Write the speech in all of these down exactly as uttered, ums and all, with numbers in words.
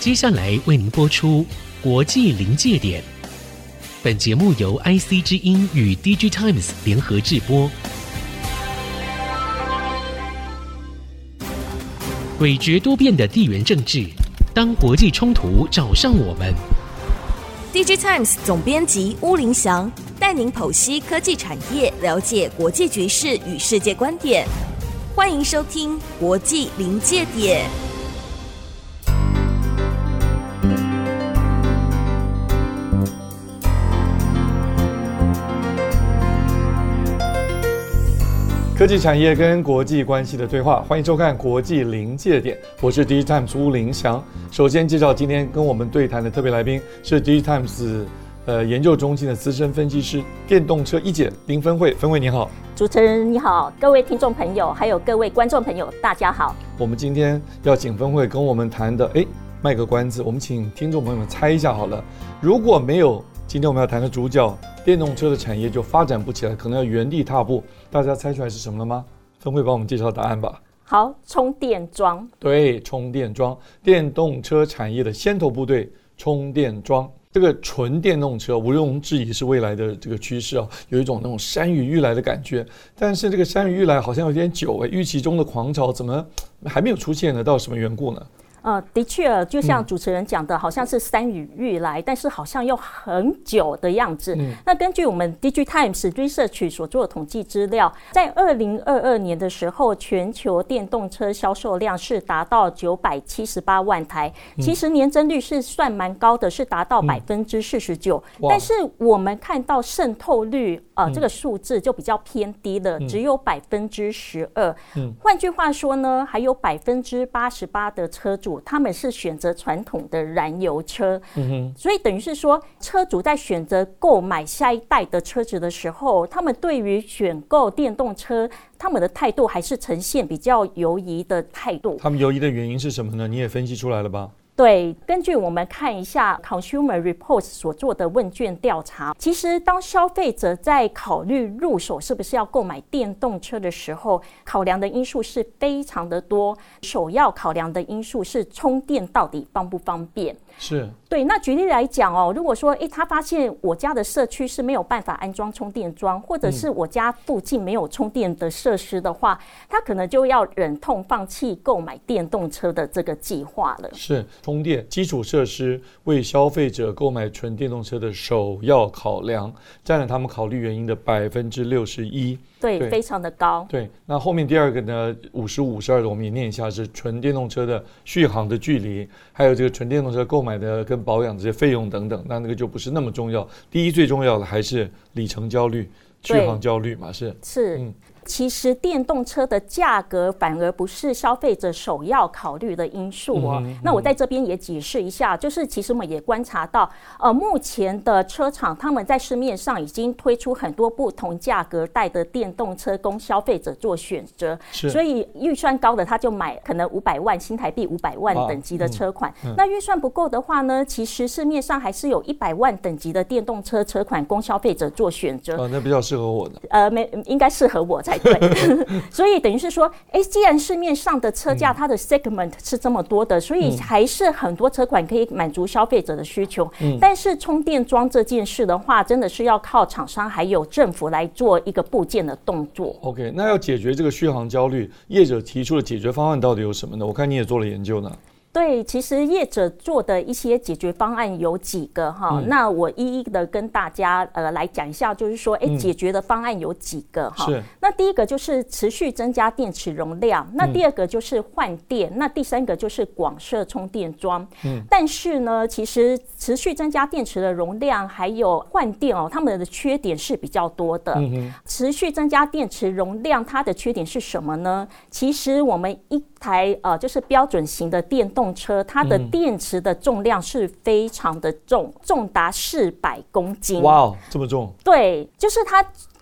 接下来为您播出国际临界点。本节目由 I C 之音与 D J Times 联合制播。诡谲多变的地缘政治，当国际冲突找上我们。 D J Times 总编辑巫凌翔带您剖析科技产业，了解国际局势与世界观点。欢迎收听国际临界点。 科技产业跟国际关系的对话，欢迎收看国际临界点，我是 D J Times 巫凌翔。首先介绍今天跟我们对谈的特别来宾是 D J Times 呃研究中心的资深分析师，电动车一姐林芬慧。芬慧你好。 主持人你好，各位听众朋友还有各位观众朋友大家好。 我们今天要请芬慧跟我们谈的，哎，卖个关子，我们请听众朋友们猜一下好了，如果没有今天我们要谈的主角，电动车的产业就发展不起来，可能要原地踏步。大家猜出来是什么了吗？芬慧帮我们介绍答案吧。 好，充电桩。对， 充电桩，电动车产业的先头部队，充电桩。这个纯电动车毋庸置疑是未来的这个趋势啊，有一种那种山雨欲来的感觉。但是这个山雨欲来好像有点久哎，预期中的狂潮怎么还没有出现呢？到底什么缘故呢？ 呃，的确，就像主持人讲的，嗯、好像是山雨欲来，但是好像又很久的样子。嗯、那根据我们 D J Times Research 所做的统计资料，在二零二二年的时候，全球电动车销售量是达到九百七十八万台，嗯、其实年增率是算蛮高的，是达到百分之四十九。但是我们看到渗透率，呃，嗯、这个数字就比较偏低了，嗯、只有百分之十二。换句话说呢，还有百分之八十八的车主。他们是选择传统的燃油车，嗯、所以等于是说，车主在选择购买下一代的车子的时候，他们对于选购电动车，他们的态度还是呈现比较犹疑的态度。 他们犹疑的原因是什么呢？你也分析出来了吧？ 对，根据我们看一下 Consumer Reports 所做的问卷调查，其实当消费者在考虑入手是不是要购买电动车的时候，考量的因素是非常的多。首要考量的因素是充电到底方不方便。 是， 对。那举例来讲哦，如果说诶他发现我家的社区是没有办法安装充电桩，或者是我家附近没有充电的设施的话，他可能就要忍痛放弃购买电动车的这个计划了。 是，充电基础设施为消费者购买纯电动车的首要考量，占了他们考虑原因的百分之六十一。 对，非常的高。 对，那后面第二个呢，五十五、五十二的我们也念一下，是纯电动车的续航的距离，还有这个纯电动车购买的跟保养这些费用等等，那那个就不是那么重要。第一最重要的还是里程焦虑、续航焦虑嘛，是是。嗯，其实电动车的价格反而不是消费者首要考虑的因素哦。嗯嗯、那我在这边也解释一下，就是其实我们也观察到，呃，目前的车厂他们在市面上已经推出很多不同价格带的电动车供消费者做选择。所以预算高的他就买可能五百万新台币五百万等级的车款。嗯嗯、那预算不够的话呢，其实市面上还是有一百万等级的电动车车款供消费者做选择。 哦，那比较适合我的。 呃，没，应该适合我才。对，所以等于是说，哎，既然市面上的车价它的 segment 是这么多的，所以还是很多车款可以满足消费者的需求。嗯、但是充电桩这件事的话，真的是要靠厂商还有政府来做一个部件的动作。 OK， 那要解决这个续航焦虑，业者提出的解决方案到底有什么呢？我看你也做了研究呢。 对，其实业者做的一些解决方案有几个哈，嗯、那我一一的跟大家呃来讲一下，就是说，哎，解决的方案有几个哈。是。那第一个就是持续增加电池容量，那第二个就是换电，嗯、那第三个就是广设充电桩。嗯。但是呢，其实持续增加电池的容量还有换电哦，它们的缺点是比较多的。嗯、持续增加电池容量，它的缺点是什么呢？其实我们一台呃就是标准型的电动车，它的电池的重量是非常的重，重达四百公斤。 哇，这么重？ 对，就是它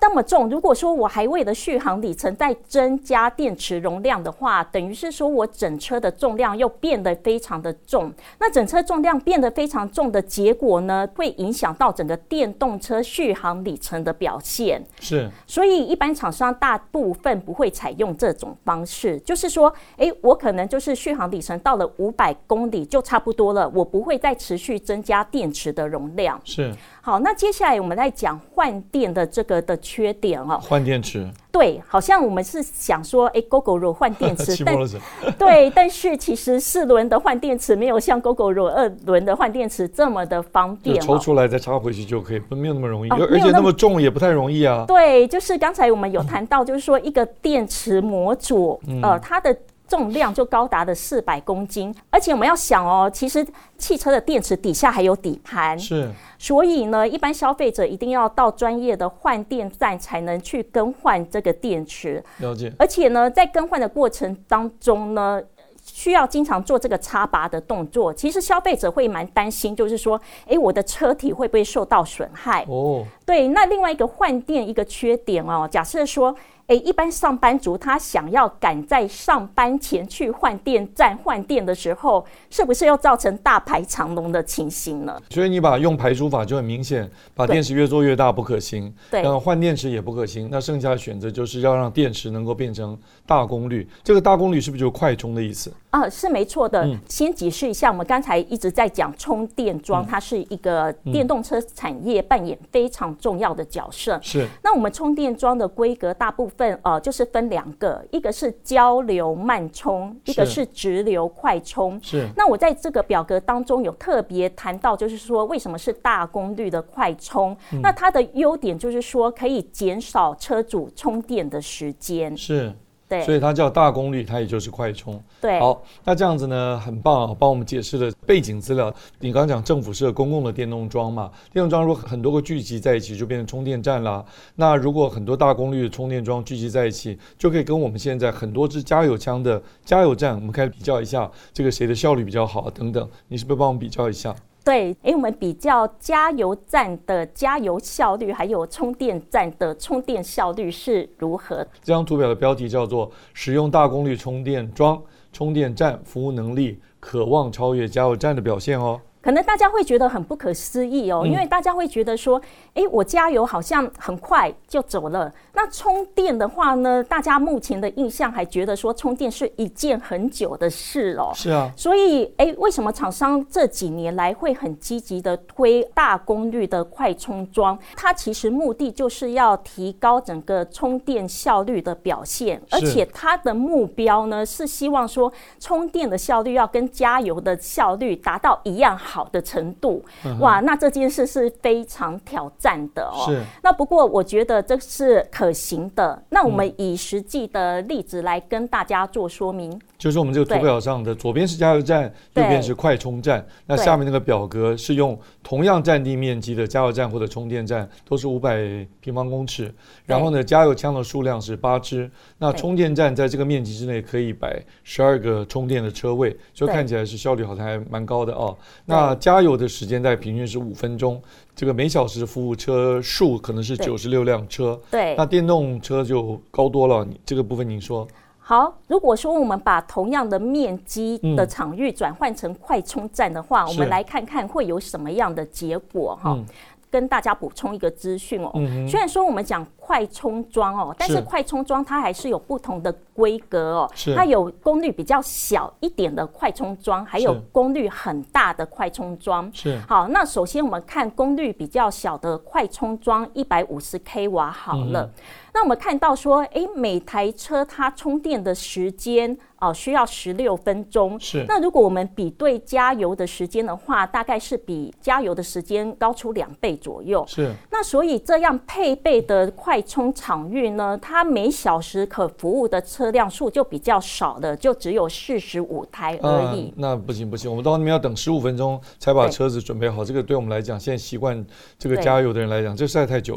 那么重，如果说我还为了续航里程再增加电池容量的话，等于是说我整车的重量又变得非常的重。那整车重量变得非常重的结果呢，会影响到整个电动车续航里程的表现。 是， 所以一般厂商大部分不会采用这种方式，就是说，哎，我可能就是续航里程到了五百公里就差不多了，我不会再持续增加电池的容量。 是。 好，那接下来我们来讲换电的这个的缺点哦。 换电池， 对，好像我们是想说，哎 ，Gogoro 换电池，但了对，但是其实四轮的换电池没有像 Gogoro 二轮的换电池这么的方便、哦， 就抽出来再插回去就可以，没有那么容易，哦、而且那么重也不太容易啊。 对，就是刚才我们有谈到，就是说一个电池模组，嗯、呃，它的重量就高达了四百公斤，而且我们要想哦，其实汽车的电池底下还有底盘， 是， 所以呢，一般消费者一定要到专业的换电站才能去更换这个电池。 了解。 而且呢，在更换的过程当中呢，需要经常做这个插拔的动作。其实消费者会蛮担心，就是说，哎，我的车体会不会受到损害？哦，对。那另外一个换电一个缺点哦，假设说，哎，一般上班族他想要赶在上班前去换电站换电的时候，是不是又造成大排长龙的情形呢？ 所以你把用排除法就很明显，把电池越做越大不可行， 对， 然后换电池也不可行。那剩下的选择就是要让电池能够变成大功率。这个大功率是不是就是快充的意思？ 啊，是没错的。嗯、先解释一下，我们刚才一直在讲充电桩，嗯、它是一个电动车产业扮演非常重要的角色。 是。 那我们充电桩的规格大部分呃就是分两个，一个是交流慢充，一个是直流快充。 是。 那我在这个表格当中有特别谈到，就是说为什么是大功率的快充？嗯、那它的优点就是说可以减少车主充电的时间。 是。 对， 所以它叫大功率，它也就是快充。 对， 好，那这样子呢，很棒啊，帮我们解释了背景资料。你刚刚讲政府是公共的电动桩嘛，电动桩如果很多个聚集在一起，就变成充电站啦。那如果很多大功率的充电桩聚集在一起，就可以跟我们现在很多支加油枪的加油站，我们开始比较一下，这个谁的效率比较好等等。你是不是帮我们比较一下？ 对，因为我们比较加油站的加油效率，还有充电站的充电效率是如何。 这张图表的标题叫做“使用大功率充电桩，充电站服务能力可望超越加油站的表现”哦。 可能大家会觉得很不可思议哦，因为大家会觉得说，哎，我加油好像很快就走了。那充电的话呢，大家目前的印象还觉得说充电是一件很久的事哦。 是啊。 所以，哎，为什么厂商这几年来会很积极的推大功率的快充桩？它其实目的就是要提高整个充电效率的表现，而且它的目标呢是希望说充电的效率要跟加油的效率达到一样好。好的程度，哇，那这件事是非常挑战的哦。 是。 那不过我觉得这是可行的。那我们以实际的例子来跟大家做说明。 就是我们这个图表上的左边是加油站，右边是快充站。那下面那个表格是用同样占地面积的加油站或者充电站，都是五百平方公尺。然后呢，加油枪的数量是八支。那充电站在这个面积之内可以摆十二个充电的车位，就看起来是效率好像还蛮高的哦。那加油的时间在平均是五分钟，这个每小时服务车数可能是九十六辆车。 对。 那电动车就高多了，这个部分您说。 好，如果说我们把同样的面积的场域转换成快充站的话，嗯、我们来看看会有什么样的结果哈。嗯，跟大家补充一个资讯哦。嗯、虽然说我们讲快充桩哦，但是快充桩它还是有不同的规格哦。它有功率比较小一点的快充桩，还有功率很大的快充桩。 是。好， 那首先我们看功率比较小的快充桩，一百五十 k 瓦好了。嗯，那我们看到说，哎，每台车它充电的时间哦、呃、需要十六分钟。 是。 那如果我们比对加油的时间的话，大概是比加油的时间高出两倍左右。 是。 那所以这样配备的快充场域呢，它每小时可服务的车辆数就比较少了，就只有四十五台而已。 呃、那不行不行，我们到那边要等十五分钟才把车子准备好，这个对我们来讲，现在习惯这个加油的人来讲，这实在太久了。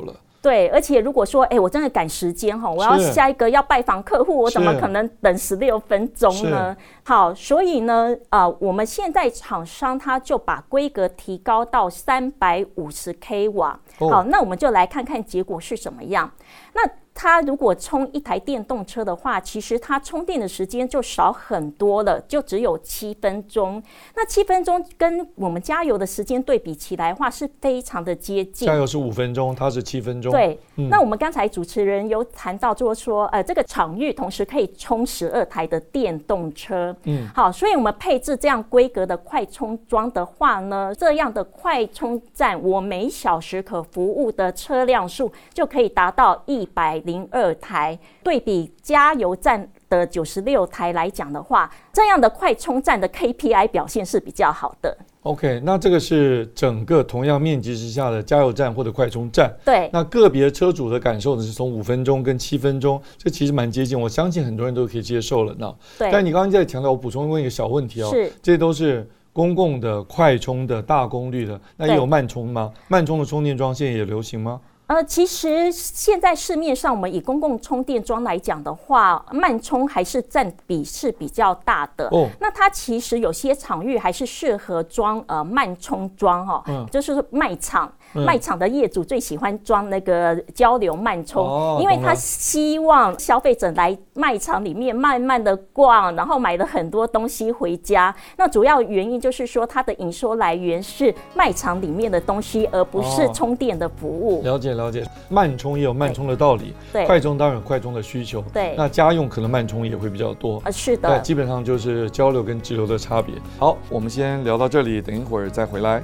对，而且如果说，哎，我真的赶时间哈，我要下一个要拜访客户，我怎么可能等十六分钟呢？好，所以呢，呃，我们现在厂商他就把规格提高到三百五十 k 瓦。哦、好，那我们就来看看结果是怎么样。那它如果充一台电动车的话，其实它充电的时间就少很多了，就只有七分钟。那七分钟跟我们加油的时间对比起来的话，是非常的接近。 加油是五分钟，它是七分钟。 对，嗯、那我们刚才主持人有谈到，就是说，呃，这个场域同时可以充十二台的电动车。嗯，好，所以我们配置这样规格的快充桩的话呢，这样的快充站，我每小时可服务的车辆数就可以达到一百零二台，对比加油站的九十六台来讲的话，这样的快充站的 K P I 表现是比较好的。 OK， 那这个是整个同样面积之下的加油站或者快充站。 对， 那个别车主的感受呢，是从五分钟跟七分钟，这其实蛮接近，我相信很多人都可以接受了呢。 对， 但你刚刚在强调，我补充问一个小问题哦， 是， 这都是公共的快充的大功率的，那也有慢充吗？慢充的充电桩现在也流行吗？ 呃，其实现在市面上，我们以公共充电桩来讲的话，慢充还是占比是比较大的。哦，那它其实有些场域还是适合装呃慢充桩哦，嗯、就是卖场。卖场的业主最喜欢装那个交流慢充，哦、因为他希望消费者来卖场里面慢慢的逛，然后买了很多东西回家。那主要原因就是说，它的营收来源是卖场里面的东西，而不是充电的服务。 哦、了解了解，慢充也有慢充的道理，对，快充当然有快充的需求， 对， 那家用可能慢充也会比较多。 呃，是的， 基本上就是交流跟直流的差别。好，我们先聊到这里，等一会儿再回来。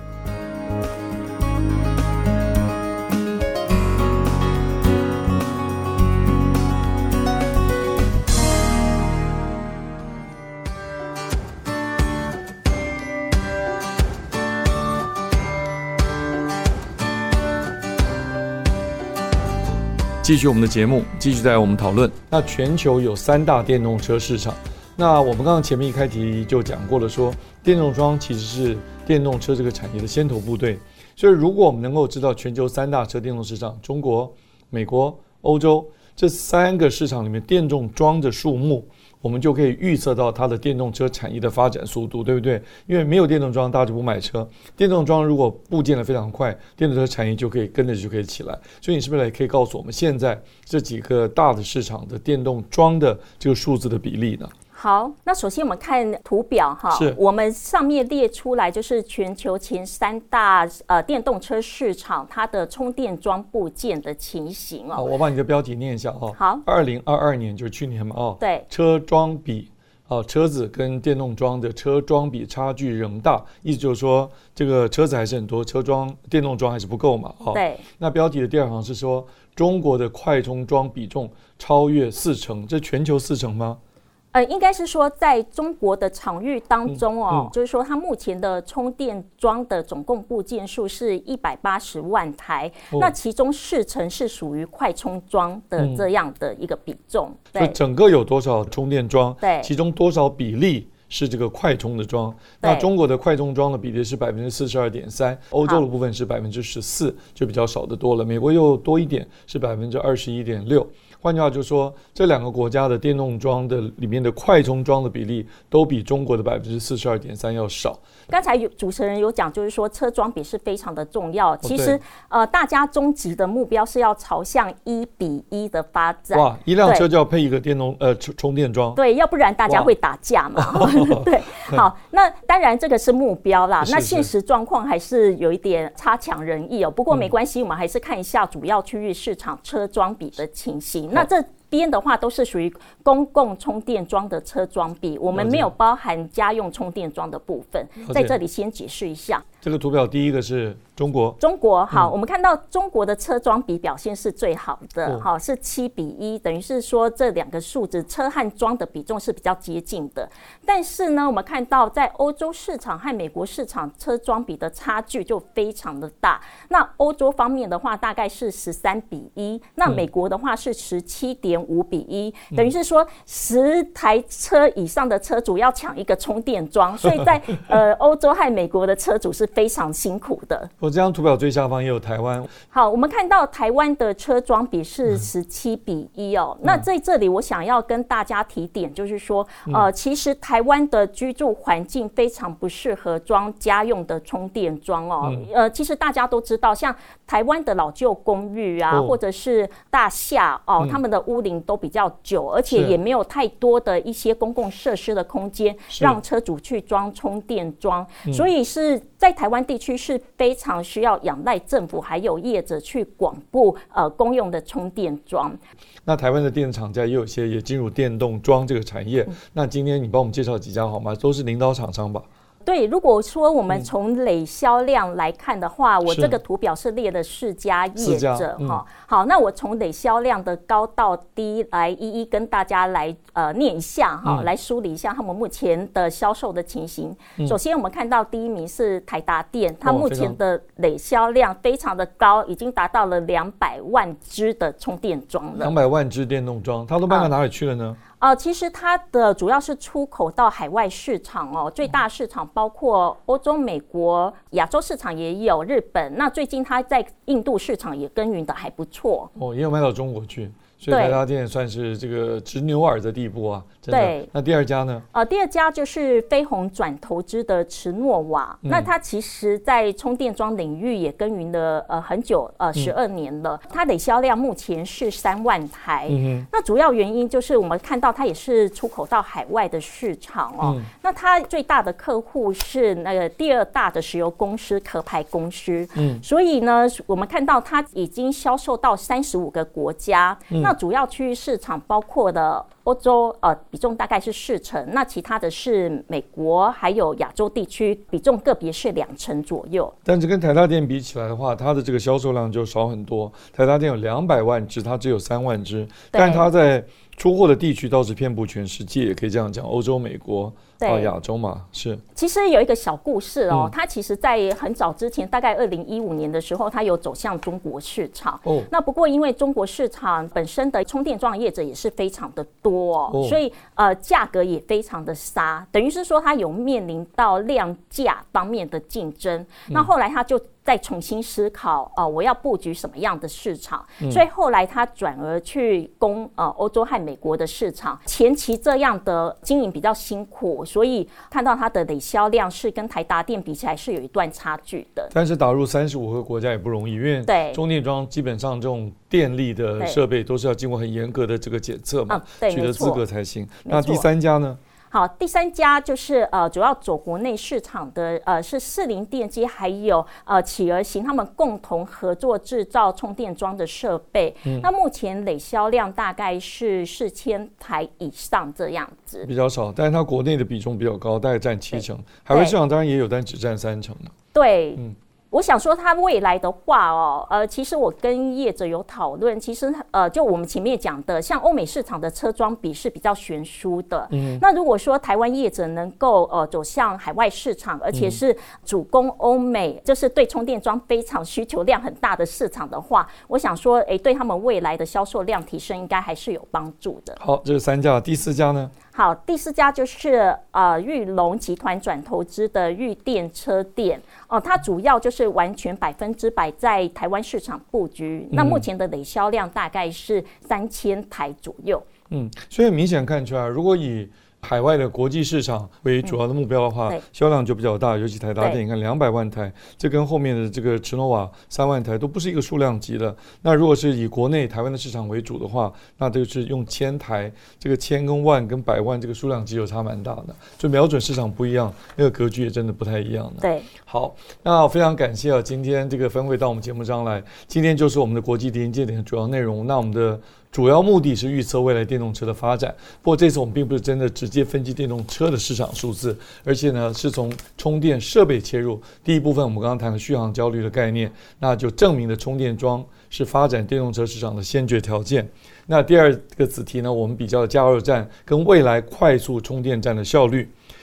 继续我们的节目，继续在我们讨论。那全球有三大电动车市场。那我们刚刚前面一开题就讲过了说，说电动桩其实是电动车这个产业的先头部队。所以如果我们能够知道全球三大车电动市场，中国、美国、欧洲这三个市场里面电动桩的数目，我们就可以预测到它的电动车产业的发展速度，对不对？因为没有电动桩，大家就不买车。电动桩如果部件的非常快，电动车产业就可以跟着就可以起来。所以你是不是也可以告诉我们，现在这几个大的市场的电动桩的这个数字的比例呢？ 好，那首先我们看图表哈，我们上面列出来就是全球前三大呃电动车市场它的充电桩部件的情形哦。 好，我把你的标题念一下哈。 好， 二零二二年就是去年嘛哦。 对。 车桩比，哦，车子跟电动桩的车桩比差距仍大，意思就是说这个车子还是很多，车桩电动桩还是不够嘛哦。 对。 那标题的第二行是说中国的快充桩比重超越四成，这全球四成吗？ 呃，应该是说，在中国的场域当中哦，嗯嗯、就是说，它目前的充电桩的总共部件数是一百八十万台，哦、那其中四成是属于快充桩的这样的一个比重。嗯、 对，整个有多少充电桩？ 对， 其中多少比例是这个快充的桩？那中国的快充桩的比例是百分之四十二点三，欧洲的部分是百分之十四，就比较少的多了。美国又多一点，是百分之二十一点六。换句话就是说，这两个国家的电动桩的里面的快充桩的比例都比中国的百分之四十二点三要少。 刚才有主持人有讲，就是说车桩比是非常的重要。其实，哦、呃，大家终极的目标是要朝向一比一的发展。 哇，一辆车就要配一个电动呃充电桩。 对，要不然大家会打架嘛。对，好，那当然这个是目标啦。那现实状况还是有一点差强人意哦。不过没关系，嗯、我们还是看一下主要区域市场车桩比的情形。那这边的话都是属于公共充电桩的车桩比，我们没有包含家用充电桩的部分，在这里先解释一下。 这个图表第一个是中国， 中国好，嗯、我们看到中国的车桩比表现是最好的，好、哦、是七比一，等于是说这两个数字车和桩的比重是比较接近的。但是呢，我们看到在欧洲市场和美国市场车桩比的差距就非常的大。那欧洲方面的话，大概是十三比一，那美国的话是十七点五比一，嗯、等于是说十台车以上的车主要抢一个充电桩，所以在呃欧洲和美国的车主是非常辛苦的。 我这张图表最下方也有台湾。 好，我们看到台湾的车装比是十七比一哦。嗯、那在这里，我想要跟大家提点，就是说，嗯、呃，其实台湾的居住环境非常不适合装家用的充电桩哦。嗯、呃，其实大家都知道，像台湾的老旧公寓啊，哦、或者是大厦哦，嗯、他们的屋龄都比较久，而且也没有太多的一些公共设施的空间让车主去装充电桩，嗯、所以是在台湾地区是非常需要仰赖政府还有业者去广布呃公用的充电桩。 那台湾的电厂家也有些也进入电动桩这个产业，嗯、那今天你帮我们介绍几家好吗？都是领导厂商吧？ 对，如果说我们从累销量来看的话，嗯、我这个图表是列了四家业者哈。嗯、好，那我从累销量的高到低来一一跟大家来呃念一下哈，嗯、来梳理一下他们目前的销售的情形。嗯、首先，我们看到第一名是台达电，它目前的累销量非常的高，已经达到了两百万只的充电桩了。 两百万只电动桩，它都卖到哪里去了呢？ 呃，其实它的主要是出口到海外市场哦，最大市场包括欧洲、美国、亚洲市场也有日本。那最近它在印度市场也耕耘的还不错哦，也有卖到中国去。所以台达电算是这个直牛耳的地步啊，真的。 对。 那第二家呢？ 呃，第二家就是飞鸿转投资的驰诺瓦，嗯、那它其实在充电桩领域也耕耘了呃很久，呃十二年了。嗯、它的销量目前是三万台。嗯、那主要原因就是我们看到它也是出口到海外的市场哦。嗯、那它最大的客户是那个第二大的石油公司壳牌公司。嗯。所以呢，我们看到它已经销售到三十五个国家。嗯。那主要区域市场包括的欧洲，呃，比重大概是四成，那其他的是美国还有亚洲地区，比重个别是两成左右。 但是跟台达电比起来的话，它的这个销售量就少很多。台达电有两百万只，它只有三万只，但它在出货的地区倒是遍布全世界，也可以这样讲，欧洲、美国。到亚洲嘛，是。 其实有一个小故事哦，嗯、它其实在很早之前，大概二零一五年的时候，它有走向中国市场。哦。那不过因为中国市场本身的充电桩业者也是非常的多哦，哦所以呃价格也非常的杀，等于是说它有面临到量价方面的竞争。嗯、那后来它就再重新思考，呃，我要布局什么样的市场？嗯、所以后来他转而去攻呃欧洲和美国的市场。前期这样的经营比较辛苦。所以看到它的累销量是跟台达电比起来是有一段差距的， 但是打入三十五个国家也不容易，因为充电桩基本上这种电力的设备都是要经过很严格的这个检测嘛， 嗯、 取得资格才行。那第三家呢？ 好，第三家就是呃，主要走国内市场的呃是士林电机还有呃企鹅型他们共同合作制造充电桩的设备。嗯、那目前累销量大概是四千台以上这样子， 比较少，但是它国内的比重比较高，大概占七成。海外市场当然也有，但只占三成。 对。嗯我想说，它未来的话哦，呃，其实我跟业者有讨论，其实呃，就我们前面讲的，像欧美市场的车装比是比较悬殊的。嗯。那如果说台湾业者能够呃走向海外市场，而且是主攻欧美，就是对充电桩非常需求量很大的市场的话，我想说，哎，对他们未来的销售量提升，应该还是有帮助的。 好，这是三家，第四家呢？ 好，第四家就是呃裕隆集团转投资的裕电车店哦、呃，它主要就是完全百分之百在台湾市场布局。嗯、那目前的累销量大概是三千台左右。 嗯，所以明显看出来，如果以海外的国际市场为主要的目标的话，嗯、销量就比较大，尤其台达电，你看两百万台，这跟后面的这个驰诺瓦三万台都不是一个数量级的。那如果是以国内台湾的市场为主的话，那就是用千台，这个千跟万跟百万这个数量级有差蛮大的，就瞄准市场不一样，那个格局也真的不太一样的。 对， 好，那我非常感谢啊，今天这个分会到我们节目上来，今天就是我们的国际临界点的主要内容。那我们的主要目的是预测未来电动车的发展，不过这次我们并不是真的直接分析电动车的市场数字，而且呢是从充电设备切入。第一部分我们刚刚谈了续航焦虑的概念，那就证明了充电桩是发展电动车市场的先决条件。那第二个子题呢，我们比较了加油站跟未来快速充电站的效率。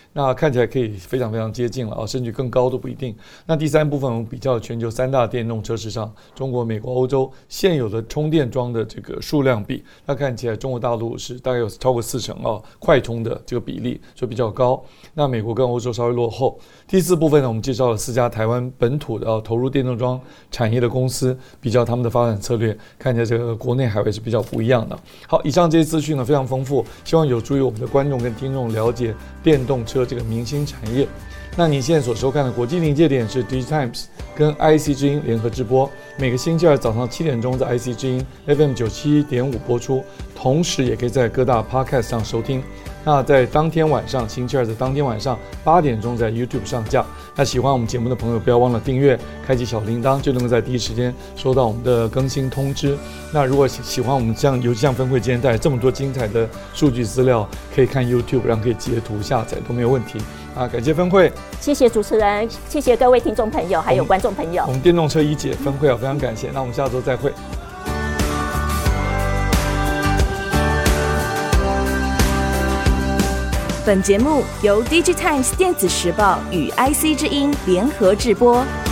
那看起来可以非常非常接近了啊，甚至更高都不一定。那第三部分我们比较全球三大电动车市场，中国、美国、欧洲现有的充电桩的这个数量比，那看起来中国大陆是大概有超过四成啊，快充的这个比例就比较高。那美国跟欧洲稍微落后。第四部分呢，我们介绍了四家台湾本土的啊投入电动桩产业的公司，比较他们的发展策略，看起来这个国内海外是比较不一样的。好，以上这些资讯呢非常丰富，希望有助于我们的观众跟听众了解电动车这个明星产业。那你现在所收看的国际临界点是 DigiTimes 跟 I C 之音联合直播，每个星期二早上七点钟在 I C 之音 F M 九十七点五播出，同时也可以在各大 Podcast 上收听。那在当天晚上，星期二的当天晚上八点钟在 YouTube 上架。那喜欢我们节目的朋友，不要忘了订阅，开启小铃铛，就能够在第一时间收到我们的更新通知。那如果喜欢我们像尤其像分会今天带来这么多精彩的数据资料，可以看 YouTube， 然后可以截图下载都没有问题。啊，感谢分会， 谢谢主持人，谢谢各位听众朋友还有观众朋友。 我们电动车一姐分会啊，非常感谢。那我们下周再会。 本节目由 DigiTimes 电子时报与 I C 之音联合制播。